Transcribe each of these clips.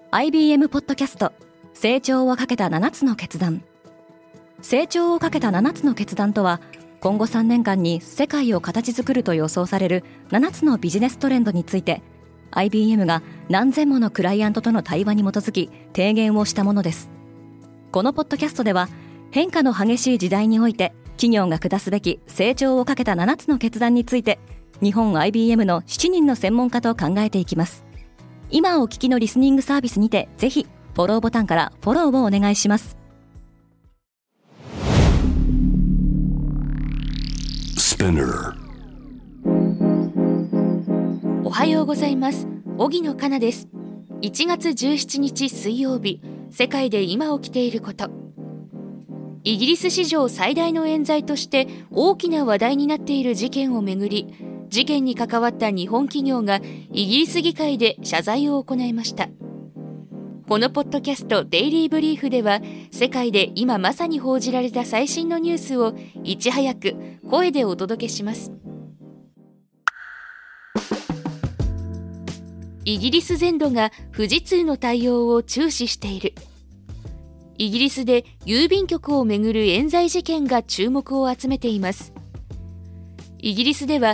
IBM ポッドキャスト成長をかけた7つの決断。成長をかけた7つの決断とは、今後3年間に世界を形作ると予想される7つのビジネストレンドについて、 IBM が何千ものクライアントとの対話に基づき提言をしたものです。このポッドキャストでは、変化の激しい時代において企業が下すべき成長をかけた7つの決断について、日本 IBM の7人の専門家と考えていきます。今お聞きのリスニングサービスにて、ぜひフォローボタンからフォローをお願いします。 おはようございます。荻野かなです。1月17日水曜日、世界で今起きていること。イギリス史上最大の冤罪として大きな話題になっている事件をめぐり、事件に関わった日本企業がイギリス議会で謝罪を行いました。このポッドキャストデイリーブリーフでは、世界で今まさに報じられた最新のニュースをいち早く声でお届けします。イギリス全土が富士通の対応を注視している。イギリスで郵便局をめぐる冤罪事件が注目を集めています。イギリスでは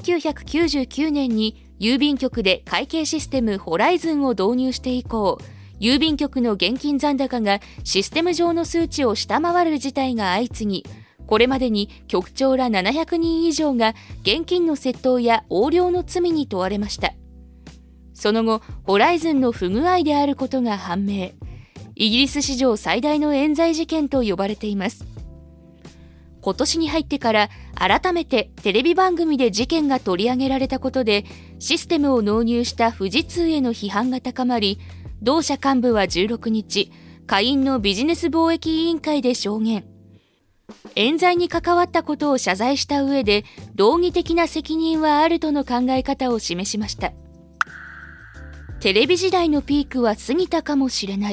1999年に郵便局で会計システムホライズンを導入して以降、郵便局の現金残高がシステム上の数値を下回る事態が相次ぎ、これまでに局長ら700人以上が現金の窃盗や横領の罪に問われました。その後、ホライズンの不具合であることが判明。イギリス史上最大の冤罪事件と呼ばれています。今年に入ってから改めてテレビ番組で事件が取り上げられたことで、システムを納入した富士通への批判が高まり、同社幹部は16日、下院のビジネス貿易委員会で証言。冤罪に関わったことを謝罪した上で、道義的な責任はあるとの考え方を示しました。テレビ時代のピークは過ぎたかもしれない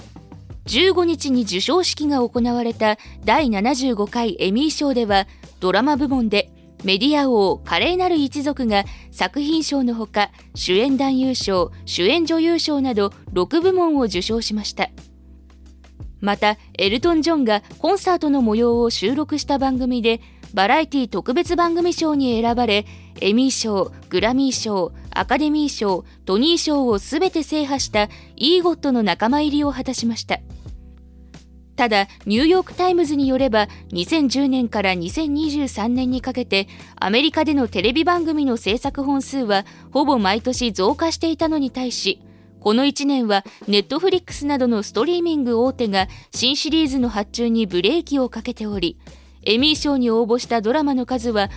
。15日に授賞式が行われた第75回エミー賞では、ドラマ部門でメディア王華麗なる一族が作品賞のほか、主演男優賞、主演女優賞など6部門を受賞しました。また、エルトン・ジョンがコンサートの模様を収録した番組でバラエティ特別番組賞に選ばれ、エミー賞、グラミー賞、アカデミー賞、トニー賞をすべて制覇したイーゴットの仲間入りを果たしました。ただ、ニューヨークタイムズによれば、2010年から2023年にかけてアメリカでのテレビ番組の制作本数はほぼ毎年増加していたのに対し、この1年はネットフリックスなどのストリーミング大手が新シリーズの発注にブレーキをかけており、エミー賞に応募したドラマの数は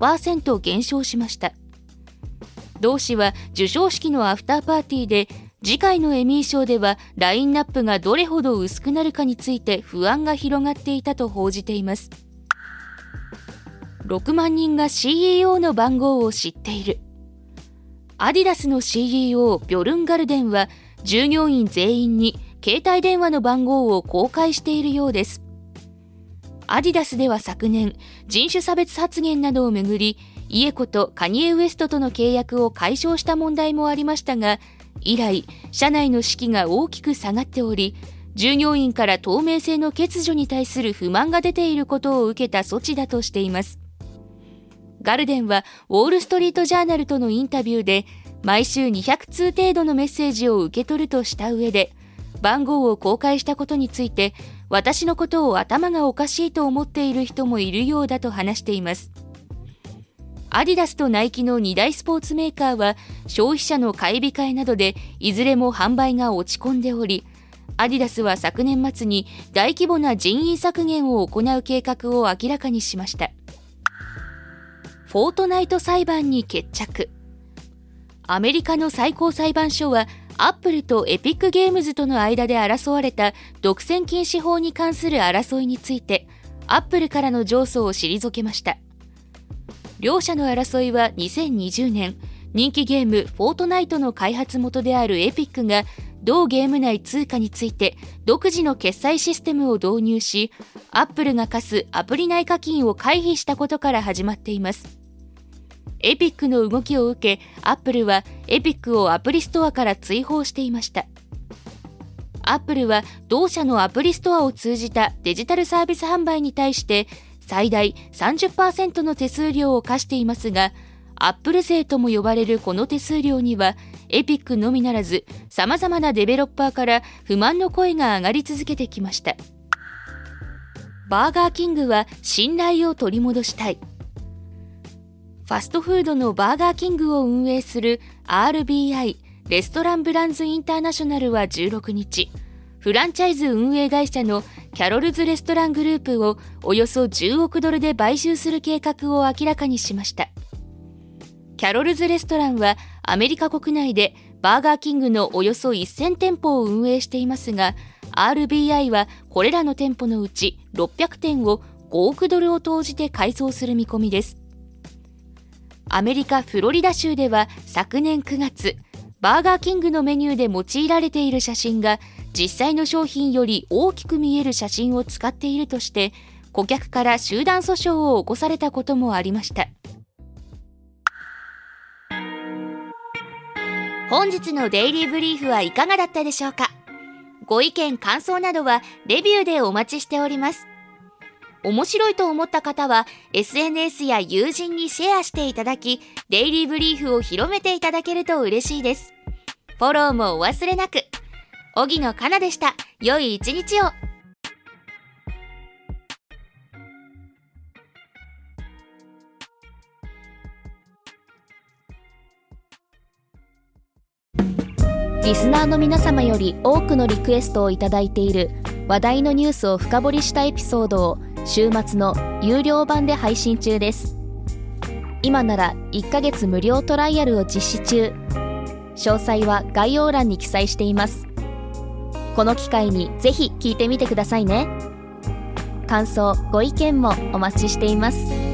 5% 減少しました。同誌は授賞式のアフターパーティーで、次回のエミー賞ではラインナップがどれほど薄くなるかについて不安が広がっていたと報じています。6万人が CEO の番号を知っている。アディダスの CEO ビョルンガルデンは、従業員全員に携帯電話の番号を公開しているようです。アディダスでは昨年、人種差別発言などをめぐり、イエコとカニエ・ウエストとの契約を解消した問題もありましたが、以来、社内の士気が大きく下がっており、従業員から透明性の欠如に対する不満が出ていることを受けた措置だとしています。ガルデンはウォールストリートジャーナルとのインタビューで、毎週200通程度のメッセージを受け取るとした上で、番号を公開したことについて、私のことを頭がおかしいと思っている人もいるようだと話しています。アディダスとナイキの2大スポーツメーカーは、消費者の買い控えなどでいずれも販売が落ち込んでおり、アディダスは昨年末に大規模な人員削減を行う計画を明らかにしました。フォートナイト裁判に決着。アメリカの最高裁判所は、アップルとエピックゲームズとの間で争われた独占禁止法に関する争いについて、アップルからの上訴を退けました。両者の争いは2020年、人気ゲームフォートナイトの開発元であるエピックが、同ゲーム内通貨について独自の決済システムを導入し、アップルが課すアプリ内課金を回避したことから始まっています。エピックの動きを受け、アップルはエピックをアプリストアから追放していました。 アップルは同社のアプリストアを通じたデジタルサービス販売に対して最大 30% の手数料を課していますが、アップル税とも呼ばれるこの手数料にはエピックのみならず様々なデベロッパーから不満の声が上がり続けてきました。バーガーキングは信頼を取り戻したい。ファストフードのバーガーキングを運営する RBI レストランブランズインターナショナルは16日、フランチャイズ運営会社のキャロルズレストラングループをおよそ10億ドルで買収する計画を明らかにしました。キャロルズレストランはアメリカ国内でバーガーキングのおよそ1000店舗を運営していますが、RBI はこれらの店舗のうち600店を5億ドルを投じて改装する見込みです。アメリカ・フロリダ州では昨年9月、バーガーキングのメニューで用いられている写真が実際の商品より大きく見える写真を使っているとして、顧客から集団訴訟を起こされたこともありました。本日のデイリーブリーフはいかがだったでしょうか。ご意見感想などはレビューでお待ちしております。面白いと思った方は SNS や友人にシェアしていただき、デイリーブリーフを広めていただけると嬉しいです。フォローもお忘れなく。荻野かなでした。良い一日を。 リスナーの皆様より多くのリクエストをいただいている話題のニュースを深掘りしたエピソードを週末の有料版で配信中です。今なら1ヶ月無料トライアルを実施中。詳細は概要欄に記載しています。この機会にぜひ聞いてみてくださいね。感想、ご意見もお待ちしています。